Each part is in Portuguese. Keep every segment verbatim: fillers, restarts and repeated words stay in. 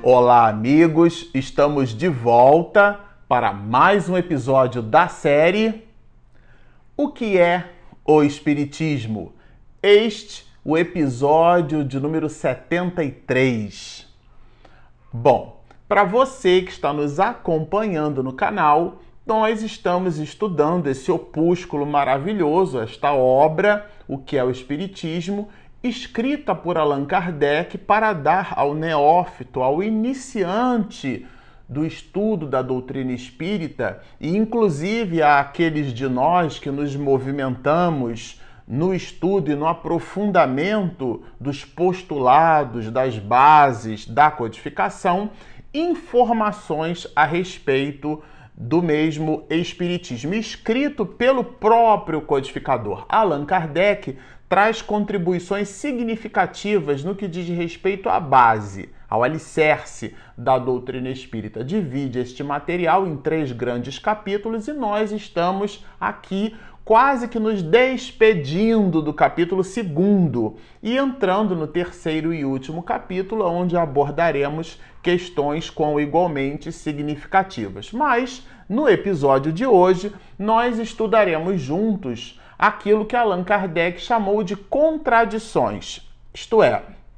Olá, amigos! Estamos de volta para mais um episódio da série O que é o Espiritismo? Este o episódio de número setenta e três. Bom, para você que está nos acompanhando no canal, nós estamos estudando esse opúsculo maravilhoso, esta obra, O que é o Espiritismo, escrita por Allan Kardec para dar ao neófito, ao iniciante do estudo da doutrina espírita e inclusive àqueles de nós que nos movimentamos no estudo e no aprofundamento dos postulados, das bases da codificação, informações a respeito do mesmo Espiritismo, escrito pelo próprio codificador. Allan Kardec traz contribuições significativas no que diz respeito à base, ao alicerce da doutrina espírita. Divide este material em três grandes capítulos e nós estamos aqui quase que nos despedindo do capítulo segundo e entrando no terceiro e último capítulo, onde abordaremos questões com igualmente significativas. Mas, no episódio de hoje, nós estudaremos juntos aquilo que Allan Kardec chamou de contradições, isto é,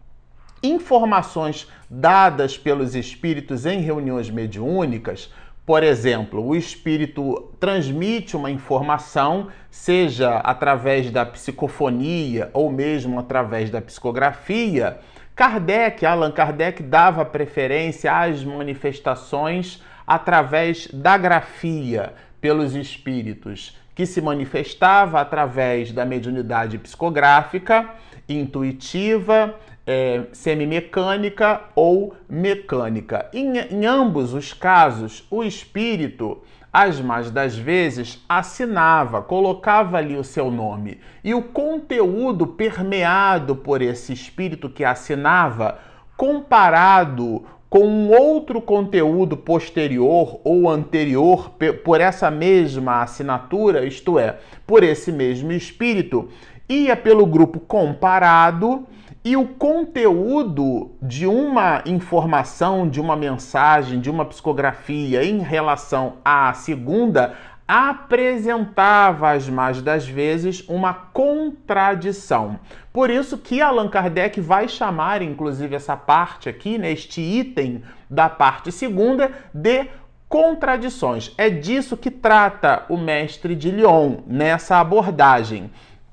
informações dadas pelos espíritos em reuniões mediúnicas. Por exemplo, o espírito transmite uma informação, seja através da psicofonia ou mesmo através da psicografia. Kardec, Allan Kardec dava preferência às manifestações através da grafia pelos espíritos, que se manifestava através da mediunidade psicográfica, intuitiva, é, semimecânica ou mecânica. Em, em ambos os casos, o espírito, as mais das vezes, assinava, colocava ali o seu nome. E o conteúdo permeado por esse espírito que assinava, comparado com um outro conteúdo posterior ou anterior por essa mesma assinatura, isto é, por esse mesmo espírito, ia pelo grupo comparado e o conteúdo de uma informação, de uma mensagem, de uma psicografia em relação à segunda apresentava, as mais das vezes, uma contradição. Por isso que Allan Kardec vai chamar, inclusive, essa parte aqui, neste item da parte segunda, de contradições. É disso que trata o mestre de Lyon nessa abordagem.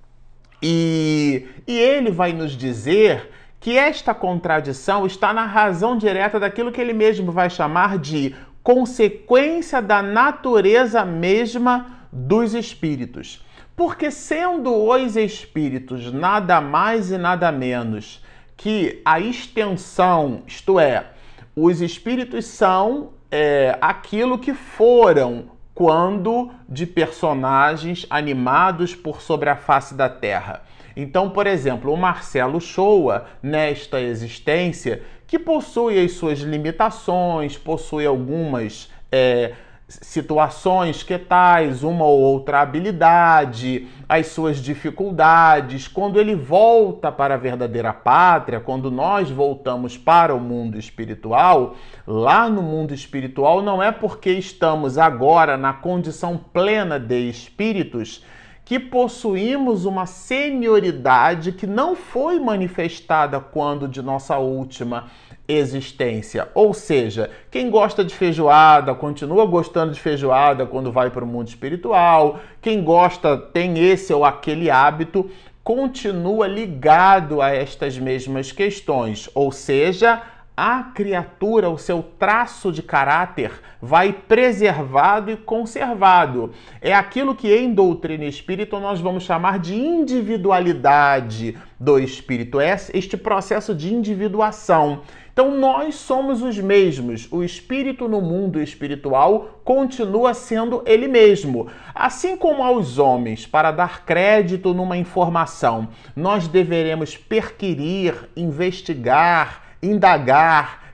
E, e ele vai nos dizer que esta contradição está na razão direta daquilo que ele mesmo vai chamar de consequência da natureza mesma dos espíritos. Porque sendo os espíritos nada mais e nada menos que a extensão, isto é, os espíritos são é, aquilo que foram quando de personagens animados por sobre a face da Terra. Então, por exemplo, o Marcelo Shoa, nesta existência, que possui as suas limitações, possui algumas é, situações que tais, uma ou outra habilidade, as suas dificuldades. Quando ele volta para a verdadeira pátria, quando nós voltamos para o mundo espiritual, lá no mundo espiritual não é porque estamos agora na condição plena de espíritos que possuímos uma senioridade que não foi manifestada quando de nossa última existência. Ou seja, quem gosta de feijoada continua gostando de feijoada quando vai para o mundo espiritual, quem gosta, tem esse ou aquele hábito, continua ligado a estas mesmas questões. Ou seja, a criatura, o seu traço de caráter vai preservado e conservado. É aquilo que em doutrina espírita nós vamos chamar de individualidade do espírito, é este processo de individuação. Então nós somos os mesmos, o espírito no mundo espiritual continua sendo ele mesmo. Assim como aos homens, para dar crédito numa informação, nós deveremos perquirir, investigar, indagar,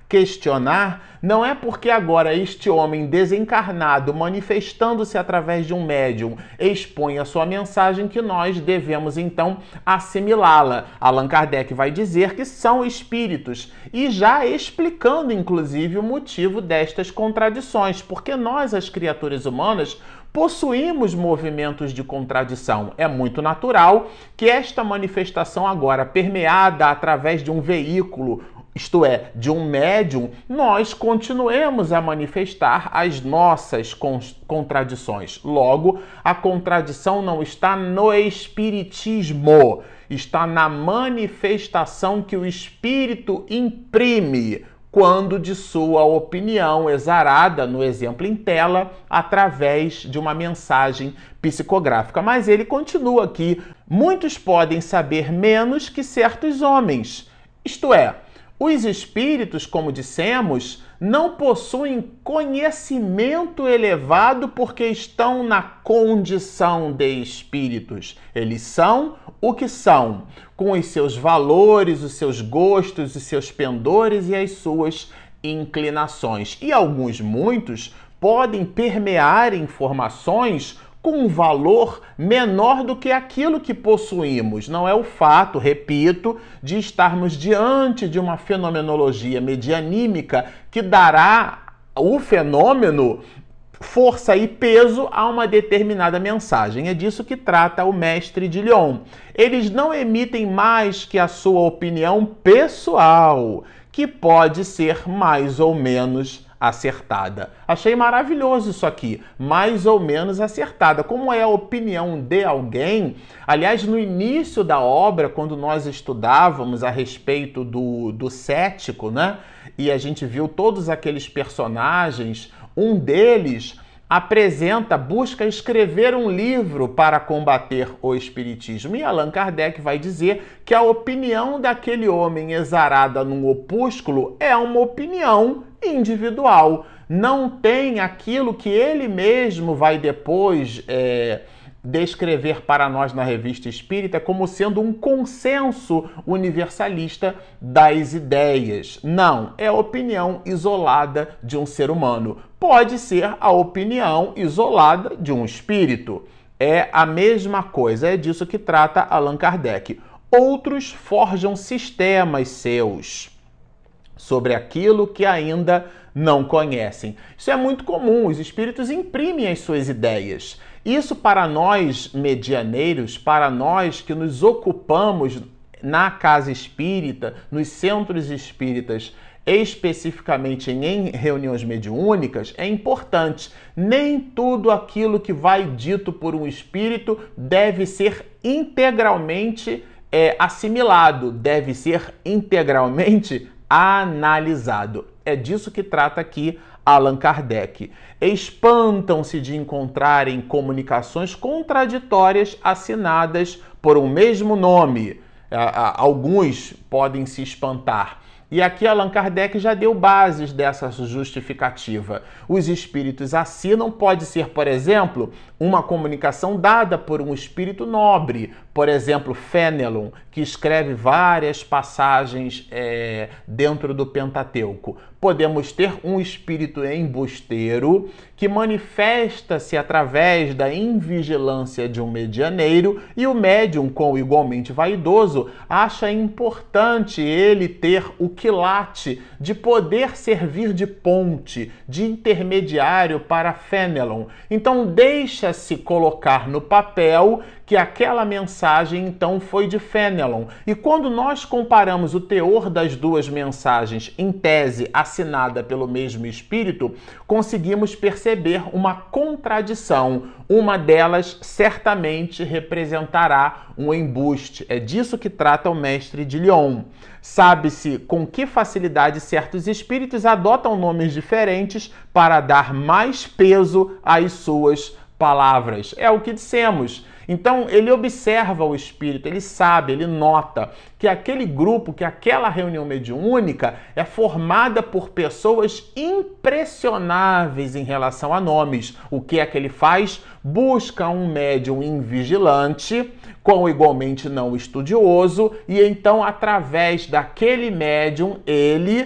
questionar, não é porque agora este homem desencarnado, manifestando-se através de um médium, expõe a sua mensagem, que nós devemos então assimilá-la. Allan Kardec vai dizer que são espíritos, e já explicando inclusive o motivo destas contradições, porque nós, as criaturas humanas, possuímos movimentos de contradição. É muito natural que esta manifestação agora, permeada através de um veículo, isto é, de um médium, nós continuemos a manifestar as nossas contradições. Logo, a contradição não está no espiritismo, está na manifestação que o espírito imprime quando de sua opinião exarada, no exemplo em tela, através de uma mensagem psicográfica. Mas ele continua aqui: muitos podem saber menos que certos homens. Isto é, os espíritos, como dissemos, não possuem conhecimento elevado porque estão na condição de espíritos. Eles são o que são, com os seus valores, os seus gostos, os seus pendores e as suas inclinações. E alguns, muitos, podem permear informações com um valor menor do que aquilo que possuímos. Não é o fato, repito, de estarmos diante de uma fenomenologia medianímica que dará o fenômeno força e peso a uma determinada mensagem. É disso que trata o mestre de Lyon. Eles não emitem mais que a sua opinião pessoal, que pode ser mais ou menos acertada. Achei maravilhoso isso aqui, mais ou menos acertada. Como é a opinião de alguém? Aliás, no início da obra, quando nós estudávamos a respeito do, do cético, né? E a gente viu todos aqueles personagens, um deles apresenta, busca escrever um livro para combater o espiritismo. E Allan Kardec vai dizer que a opinião daquele homem exarada num opúsculo é uma opinião individual. Não tem aquilo que ele mesmo vai depois é, descrever para nós na Revista Espírita como sendo um consenso universalista das ideias. Não, é a opinião isolada de um ser humano. Pode ser a opinião isolada de um espírito. É a mesma coisa, é disso que trata Allan Kardec. Outros forjam sistemas seus sobre aquilo que ainda não conhecem. Isso é muito comum, os espíritos imprimem as suas ideias. Isso, para nós medianeiros, para nós que nos ocupamos na casa espírita, nos centros espíritas, especificamente em reuniões mediúnicas, é importante. Nem tudo aquilo que vai dito por um espírito deve ser integralmente é, assimilado, deve ser integralmente analisado. É disso que trata aqui Allan Kardec. Espantam-se de encontrarem comunicações contraditórias assinadas por um mesmo nome. Alguns podem se espantar. E aqui Allan Kardec já deu bases dessa justificativa. Os espíritos assinam, pode ser, por exemplo, uma comunicação dada por um espírito nobre, por exemplo, Fénelon, que escreve várias passagens é, dentro do Pentateuco. Podemos ter um espírito embusteiro que manifesta-se através da invigilância de um medianeiro, e o médium, com igualmente vaidoso, acha importante ele ter o quilate de poder servir de ponte, de intermediário para Fénelon. Então deixa-se colocar no papel que aquela mensagem então foi de Fénelon. E quando nós comparamos o teor das duas mensagens em tese assinada pelo mesmo espírito, conseguimos perceber uma contradição. Uma delas certamente representará um embuste. É disso que trata o mestre de Lyon. Sabe-se com que facilidade certos espíritos adotam nomes diferentes para dar mais peso às suas palavras. É o que dissemos. Então, ele observa o espírito, ele sabe, ele nota que aquele grupo, que aquela reunião mediúnica é formada por pessoas impressionáveis em relação a nomes. O que é que ele faz? Busca um médium invigilante, com igualmente não estudioso, e então, através daquele médium, ele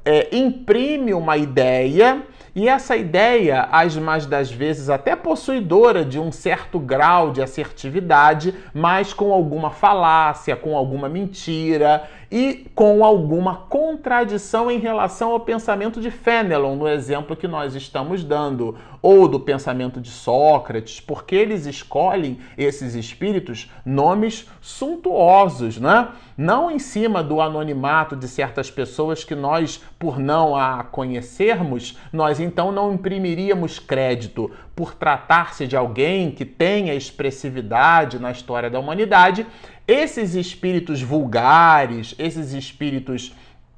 é, imprime uma ideia, e essa ideia, as mais das vezes até possuidora de um certo grau de assertividade, mas com alguma falácia, com alguma mentira e com alguma contradição em relação ao pensamento de Fénelon, no exemplo que nós estamos dando, ou do pensamento de Sócrates, porque eles escolhem, esses espíritos, nomes suntuosos, né? Não em cima do anonimato de certas pessoas que nós, por não a conhecermos, nós então não imprimiríamos crédito. Por tratar-se de alguém que tenha expressividade na história da humanidade, esses espíritos vulgares, esses espíritos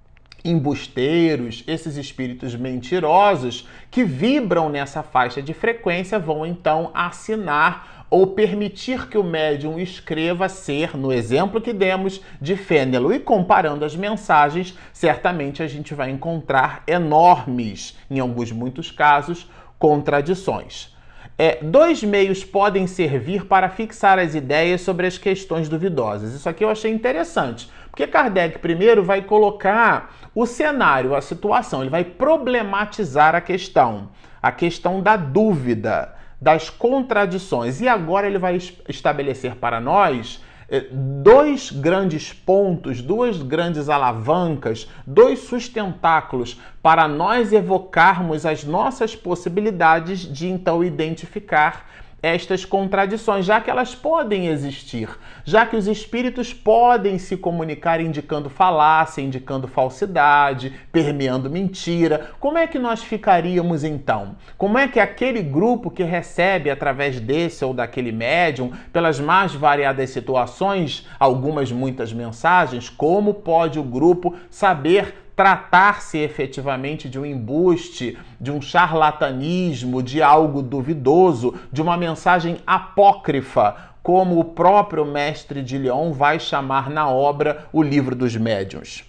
embusteiros, esses espíritos mentirosos que vibram nessa faixa de frequência vão então assinar ou permitir que o médium escreva ser, no exemplo que demos de Fénelon. E comparando as mensagens, certamente a gente vai encontrar enormes, em alguns muitos casos, contradições. É, dois meios podem servir para fixar as ideias sobre as questões duvidosas. Isso aqui eu achei interessante, porque Kardec primeiro vai colocar o cenário, a situação, ele vai problematizar a questão, a questão da dúvida, das contradições. E agora ele vai estabelecer para nós dois grandes pontos, duas grandes alavancas, dois sustentáculos para nós evocarmos as nossas possibilidades de então identificar estas contradições, já que elas podem existir, já que os espíritos podem se comunicar indicando falácia, indicando falsidade, permeando mentira. Como é que nós ficaríamos então? Como é que aquele grupo que recebe através desse ou daquele médium, pelas mais variadas situações, algumas muitas mensagens, como pode o grupo saber tratar-se efetivamente de um embuste, de um charlatanismo, de algo duvidoso, de uma mensagem apócrifa, como o próprio mestre de Lyon vai chamar na obra O Livro dos Médiuns?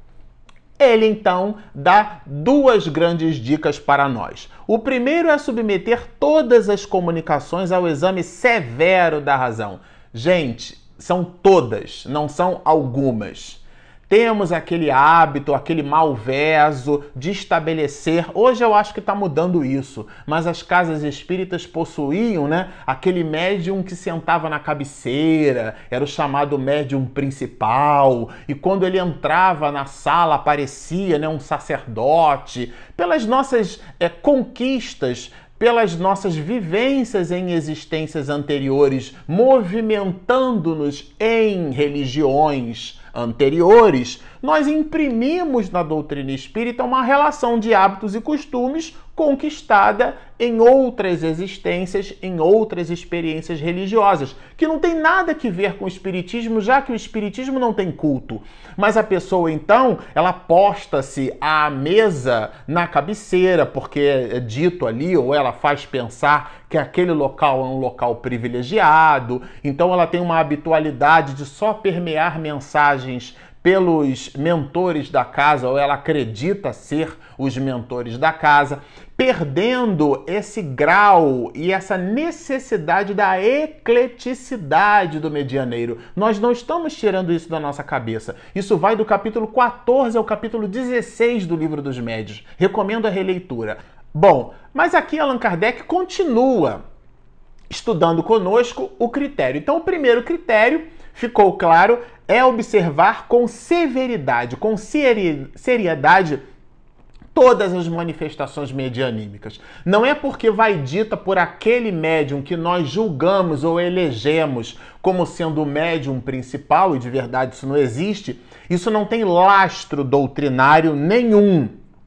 Ele, então, dá duas grandes dicas para nós. O primeiro é submeter todas as comunicações ao exame severo da razão. Gente, são todas, não são algumas. Temos aquele hábito, aquele malveso de estabelecer, hoje eu acho que está mudando isso, mas as casas espíritas possuíam, né, aquele médium que sentava na cabeceira, era o chamado médium principal, e quando ele entrava na sala aparecia, né, um sacerdote. Pelas nossas é, conquistas, pelas nossas vivências em existências anteriores, movimentando-nos em religiões anteriores, nós imprimimos na doutrina espírita uma relação de hábitos e costumes conquistada em outras existências, em outras experiências religiosas, que não tem nada que ver com o espiritismo, já que o espiritismo não tem culto. Mas a pessoa, então, ela posta-se à mesa na cabeceira, porque é dito ali, ou ela faz pensar que aquele local é um local privilegiado, então ela tem uma habitualidade de só permear mensagens pelos mentores da casa, ou ela acredita ser os mentores da casa, perdendo esse grau e essa necessidade da ecleticidade do medianeiro. Nós não estamos tirando isso da nossa cabeça. Isso vai do capítulo quatorze ao capítulo dezesseis do Livro dos Médiuns. Recomendo a releitura. Bom, mas aqui Allan Kardec continua estudando conosco o critério. Então, o primeiro critério, ficou claro, é observar com severidade, com seriedade, todas as manifestações medianímicas. Não é porque vai dita por aquele médium que nós julgamos ou elegemos como sendo o médium principal, e de verdade isso não existe, isso não tem lastro doutrinário nenhum.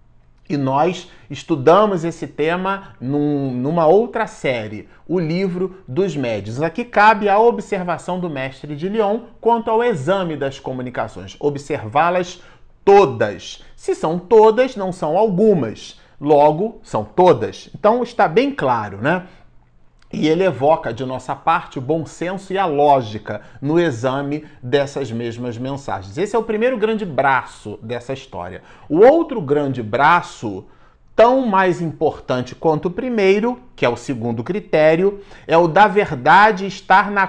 E nós estudamos esse tema num, numa outra série, o Livro dos Médiuns. Aqui cabe a observação do mestre de Lyon quanto ao exame das comunicações, observá-las todas. Se são todas, não são algumas. Logo, são todas. Então está bem claro, né? E ele evoca de nossa parte o bom senso e a lógica no exame dessas mesmas mensagens. Esse é o primeiro grande braço dessa história. O outro grande braço, tão mais importante quanto o primeiro, que é o segundo critério, é o da verdade estar na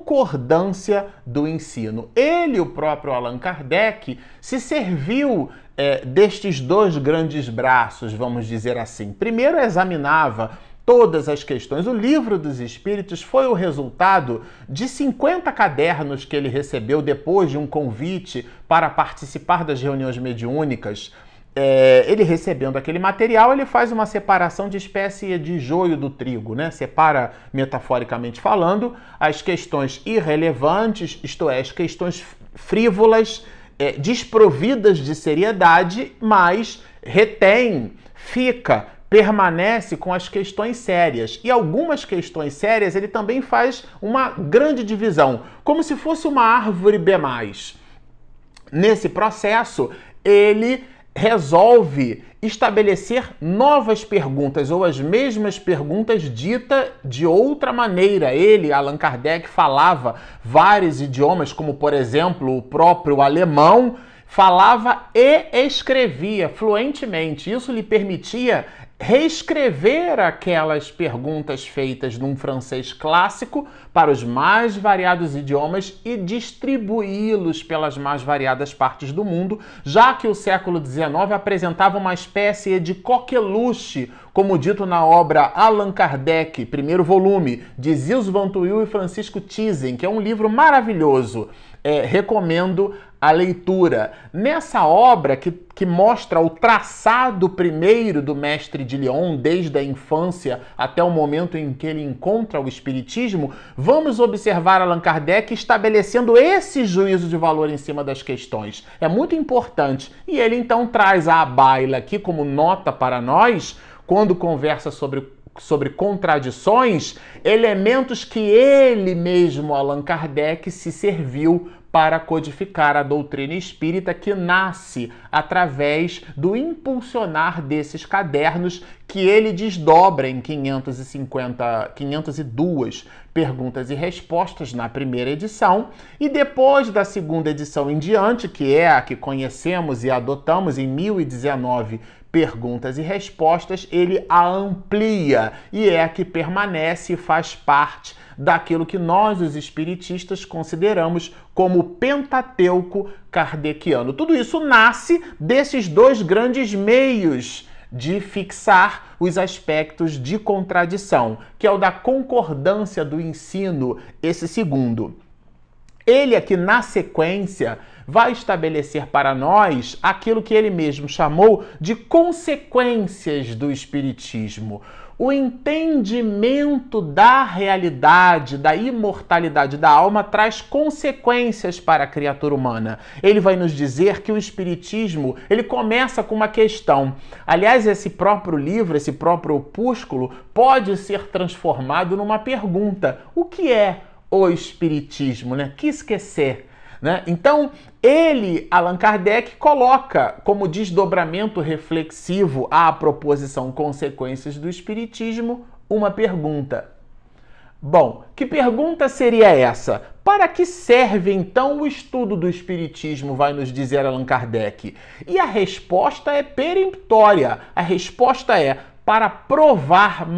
concordância do ensino. Ele, o próprio Allan Kardec, se serviu é, destes dois grandes braços, vamos dizer assim. Primeiro examinava todas as questões. O Livro dos Espíritos foi o resultado de cinquenta cadernos que ele recebeu depois de um convite para participar das reuniões mediúnicas. É, ele recebendo aquele material, ele faz uma separação de espécie de joio do trigo, né? Separa, metaforicamente falando, as questões irrelevantes, isto é, as questões frívolas, é, desprovidas de seriedade, mas retém, fica, permanece com as questões sérias. E algumas questões sérias ele também faz uma grande divisão, como se fosse uma árvore B mais. Nesse processo, ele resolve estabelecer novas perguntas ou as mesmas perguntas dita de outra maneira. Ele, Allan Kardec, falava vários idiomas, como por exemplo o próprio alemão, falava e escrevia fluentemente. Isso lhe permitia reescrever aquelas perguntas feitas num francês clássico para os mais variados idiomas e distribuí-los pelas mais variadas partes do mundo, já que o século dezenove apresentava uma espécie de coqueluche, como dito na obra Allan Kardec, primeiro volume, de Zils Van Tuyl e Francisco Thyssen, que é um livro maravilhoso. É, recomendo a leitura. Nessa obra que, que mostra o traçado primeiro do mestre de Lyon, desde a infância até o momento em que ele encontra o Espiritismo, vamos observar Allan Kardec estabelecendo esse juízo de valor em cima das questões. É muito importante. E ele então traz à baila aqui como nota para nós, quando conversa sobre sobre contradições, elementos que ele mesmo, Allan Kardec, se serviu para codificar a doutrina espírita, que nasce através do impulsionar desses cadernos que ele desdobra em quinhentas e cinquenta, quinhentas e duas perguntas e respostas na primeira edição, e depois da segunda edição em diante, que é a que conhecemos e adotamos em mil e dezenove perguntas e respostas, ele a amplia e é a que permanece e faz parte daquilo que nós, os espiritistas, consideramos como Pentateuco kardeciano. Tudo isso nasce desses dois grandes meios de fixar os aspectos de contradição, que é o da concordância do ensino, esse segundo. Ele aqui, na sequência, vai estabelecer para nós aquilo que ele mesmo chamou de consequências do Espiritismo. O entendimento da realidade, da imortalidade da alma, traz consequências para a criatura humana. Ele vai nos dizer que o Espiritismo, ele começa com uma questão. Aliás, esse próprio livro, esse próprio opúsculo, pode ser transformado numa pergunta. O que é o Espiritismo, né? Que esquecer, né? Então, ele, Allan Kardec, coloca como desdobramento reflexivo à proposição Consequências do Espiritismo uma pergunta. Bom, que pergunta seria essa? Para que serve, então, o estudo do Espiritismo, vai nos dizer Allan Kardec? E a resposta é peremptória. A resposta é para provar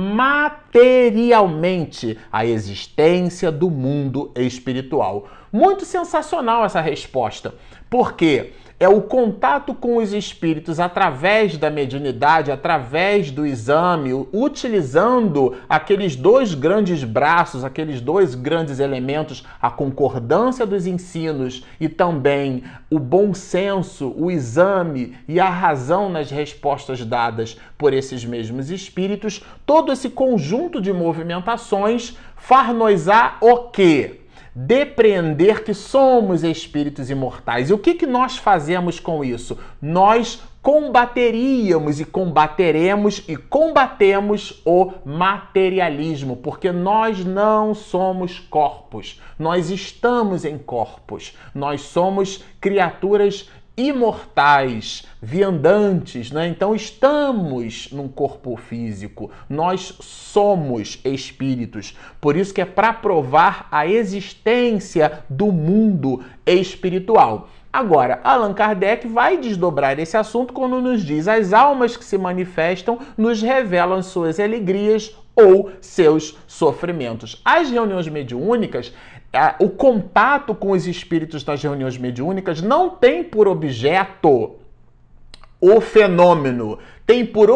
materialmente a existência do mundo espiritual. Muito sensacional essa resposta, porque é o contato com os espíritos através da mediunidade, através do exame, utilizando aqueles dois grandes braços, aqueles dois grandes elementos, a concordância dos ensinos e também o bom senso, o exame e a razão nas respostas dadas por esses mesmos espíritos. Todo esse conjunto de movimentações far-nos-á o quê? Depreender que somos espíritos imortais. E o que, que nós fazemos com isso? Nós combateríamos e combateremos e combatemos o materialismo, porque nós não somos corpos, nós estamos em corpos, nós somos criaturas imortais, viandantes, né? Então estamos num corpo físico, nós somos espíritos. Por isso que é para provar a existência do mundo espiritual. Agora, Allan Kardec vai desdobrar esse assunto quando nos diz: as almas que se manifestam nos revelam suas alegrias ou seus sofrimentos. As reuniões mediúnicas, o contato com os espíritos das reuniões mediúnicas não tem por objeto O fenômeno tem por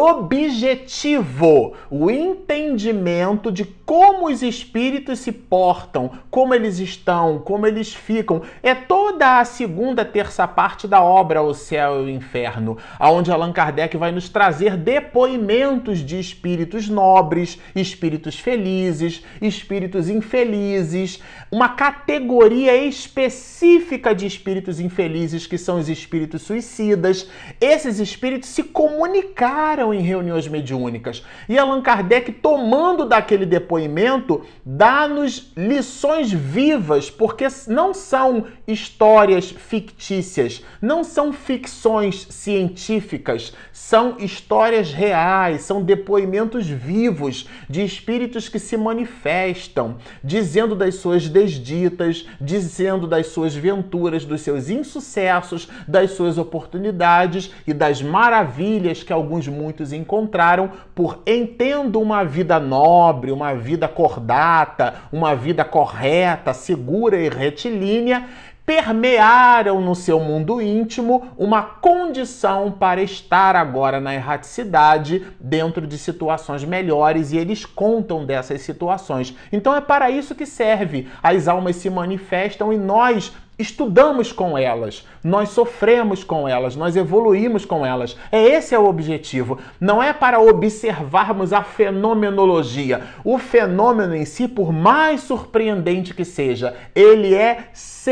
objetivo o entendimento de como os espíritos se portam, como eles estão, como eles ficam. É toda a segunda terça parte da obra O Céu e o Inferno, onde Allan Kardec vai nos trazer depoimentos de espíritos nobres, espíritos felizes, espíritos infelizes, uma categoria específica de espíritos infelizes, que são os espíritos suicidas. Esses espíritos se comunicaram em reuniões mediúnicas. E Allan Kardec, tomando daquele depoimento, dá-nos lições vivas, porque não são histórias fictícias, não são ficções científicas, são histórias reais, são depoimentos vivos de espíritos que se manifestam, dizendo das suas desditas, dizendo das suas venturas, dos seus insucessos, das suas oportunidades e das maravilhas que alguns muitos encontraram por entendo uma vida nobre, uma vida cordata, uma vida correta, segura e retilínea, permearam no seu mundo íntimo uma condição para estar agora na erraticidade dentro de situações melhores, e eles contam dessas situações. Então é para isso que serve. As almas se manifestam e nós estudamos com elas, nós sofremos com elas, nós evoluímos com elas. É esse é o objetivo. Não é para observarmos a fenomenologia. O fenômeno em si, por mais surpreendente que seja, ele é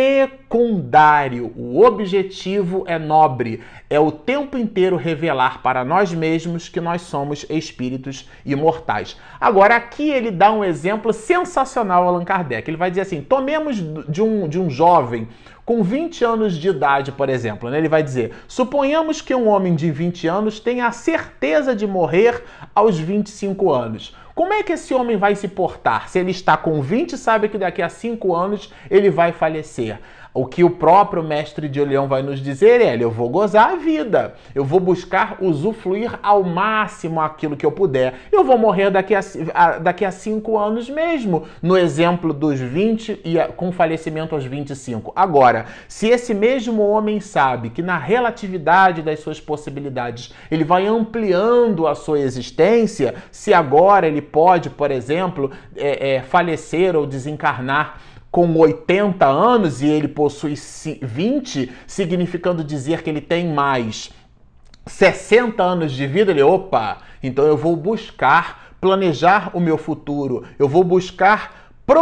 secundário. O objetivo é nobre. É o tempo inteiro revelar para nós mesmos que nós somos espíritos imortais. Agora, aqui ele dá um exemplo sensacional, Allan Kardec. Ele vai dizer assim, tomemos de um, de um jovem com vinte anos de idade, por exemplo, né? Ele vai dizer, suponhamos que um homem de vinte anos tenha a certeza de morrer aos vinte e cinco anos. Como é que esse homem vai se portar? Se ele está com vinte, sabe que daqui a cinco anos ele vai falecer. O que o próprio mestre de Leão vai nos dizer é, eu vou gozar a vida, eu vou buscar usufruir ao máximo aquilo que eu puder. Eu vou morrer daqui a, a, daqui a cinco anos mesmo, no exemplo dos vinte e a, com falecimento aos vinte e cinco. Agora, se esse mesmo homem sabe que na relatividade das suas possibilidades ele vai ampliando a sua existência, se agora ele pode, por exemplo, é, é, falecer ou desencarnar com oitenta anos e ele possui vinte, significando dizer que ele tem mais sessenta anos de vida, ele, opa, então eu vou buscar planejar o meu futuro, eu vou buscar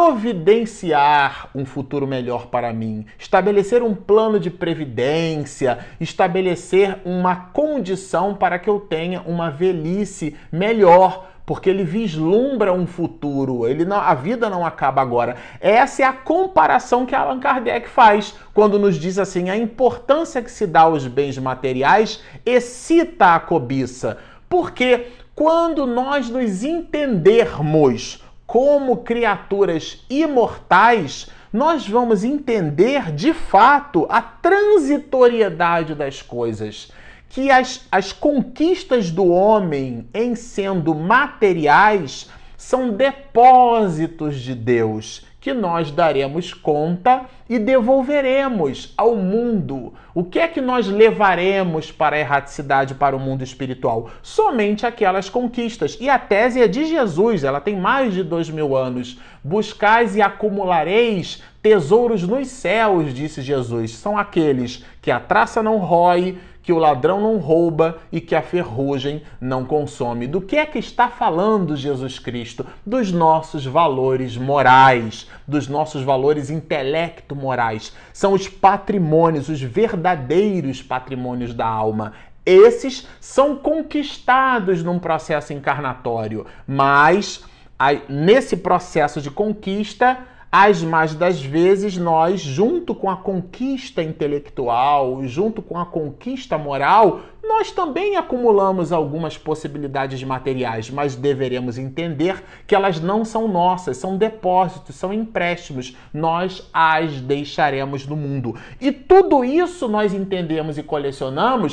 providenciar um futuro melhor para mim, estabelecer um plano de previdência, estabelecer uma condição para que eu tenha uma velhice melhor, porque ele vislumbra um futuro, ele não, a vida não acaba agora. Essa é a comparação que Allan Kardec faz quando nos diz assim, a importância que se dá aos bens materiais excita a cobiça. Porque quando nós nos entendermos como criaturas imortais, nós vamos entender de fato a transitoriedade das coisas. Que as, as conquistas do homem, em sendo materiais, são depósitos de Deus, que nós daremos conta e devolveremos ao mundo. O que é que nós levaremos para a erraticidade, para o mundo espiritual? Somente aquelas conquistas. E a tese é de Jesus, ela tem mais de dois mil anos. Buscais e acumulareis tesouros nos céus, disse Jesus. São aqueles que a traça não rói, que o ladrão não rouba e que a ferrugem não consome. Do que é que está falando Jesus Cristo? Dos nossos valores morais, dos nossos valores intelecto-morais. São os patrimônios, os verdadeiros patrimônios da alma. Esses são conquistados num processo encarnatório, mas nesse processo de conquista, as mais das vezes nós, junto com a conquista intelectual, junto com a conquista moral, nós também acumulamos algumas possibilidades materiais, mas deveremos entender que elas não são nossas, são depósitos, são empréstimos. Nós as deixaremos no mundo. E tudo isso nós entendemos e colecionamos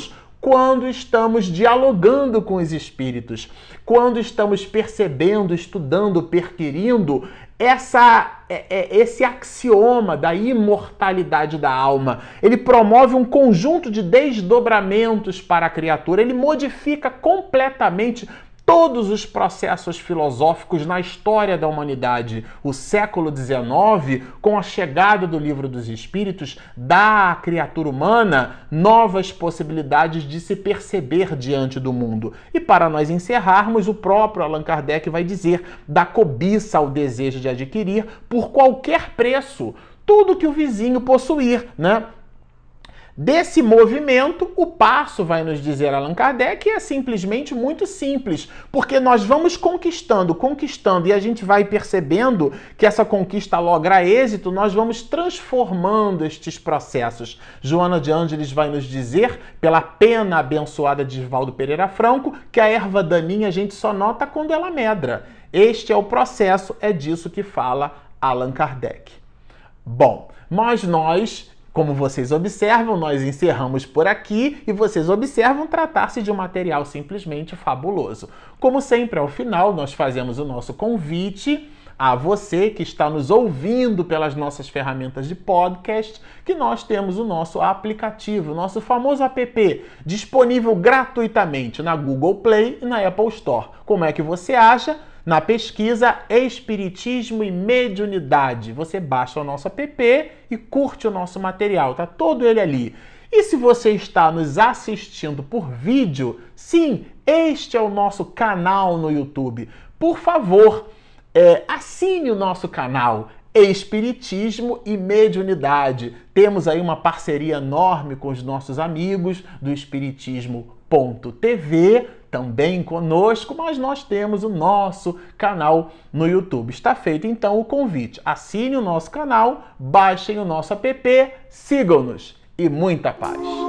quando estamos dialogando com os espíritos, quando estamos percebendo, estudando, perquirindo essa, esse axioma da imortalidade da alma. Ele promove um conjunto de desdobramentos para a criatura, ele modifica completamente todos os processos filosóficos na história da humanidade. O século dezenove, com a chegada do Livro dos Espíritos, dá à criatura humana novas possibilidades de se perceber diante do mundo. E para nós encerrarmos, o próprio Allan Kardec vai dizer da cobiça ao desejo de adquirir, por qualquer preço, tudo que o vizinho possuir, né? Desse movimento, o passo, vai nos dizer Allan Kardec, é simplesmente muito simples, porque nós vamos conquistando, conquistando, e a gente vai percebendo que essa conquista logra êxito, nós vamos transformando estes processos. Joana de Ângeles vai nos dizer, pela pena abençoada de Divaldo Pereira Franco, que a erva daninha a gente só nota quando ela medra. Este é o processo, é disso que fala Allan Kardec. Bom, mas nós... Como vocês observam, nós encerramos por aqui e vocês observam tratar-se de um material simplesmente fabuloso. Como sempre, ao final, nós fazemos o nosso convite a você que está nos ouvindo pelas nossas ferramentas de podcast, que nós temos o nosso aplicativo, o nosso famoso app, disponível gratuitamente na Google Play e na Apple Store. Como é que você acha? Na pesquisa Espiritismo e Mediunidade. Você baixa o nosso app e curte o nosso material, tá todo ele ali. E se você está nos assistindo por vídeo, sim, este é o nosso canal no YouTube. Por favor, é, assine o nosso canal Espiritismo e Mediunidade. Temos aí uma parceria enorme com os nossos amigos do Espiritismo ponto T V, também conosco, mas nós temos o nosso canal no YouTube. Está feito então o convite. Assine o nosso canal, baixem o nosso app, sigam-nos e muita paz!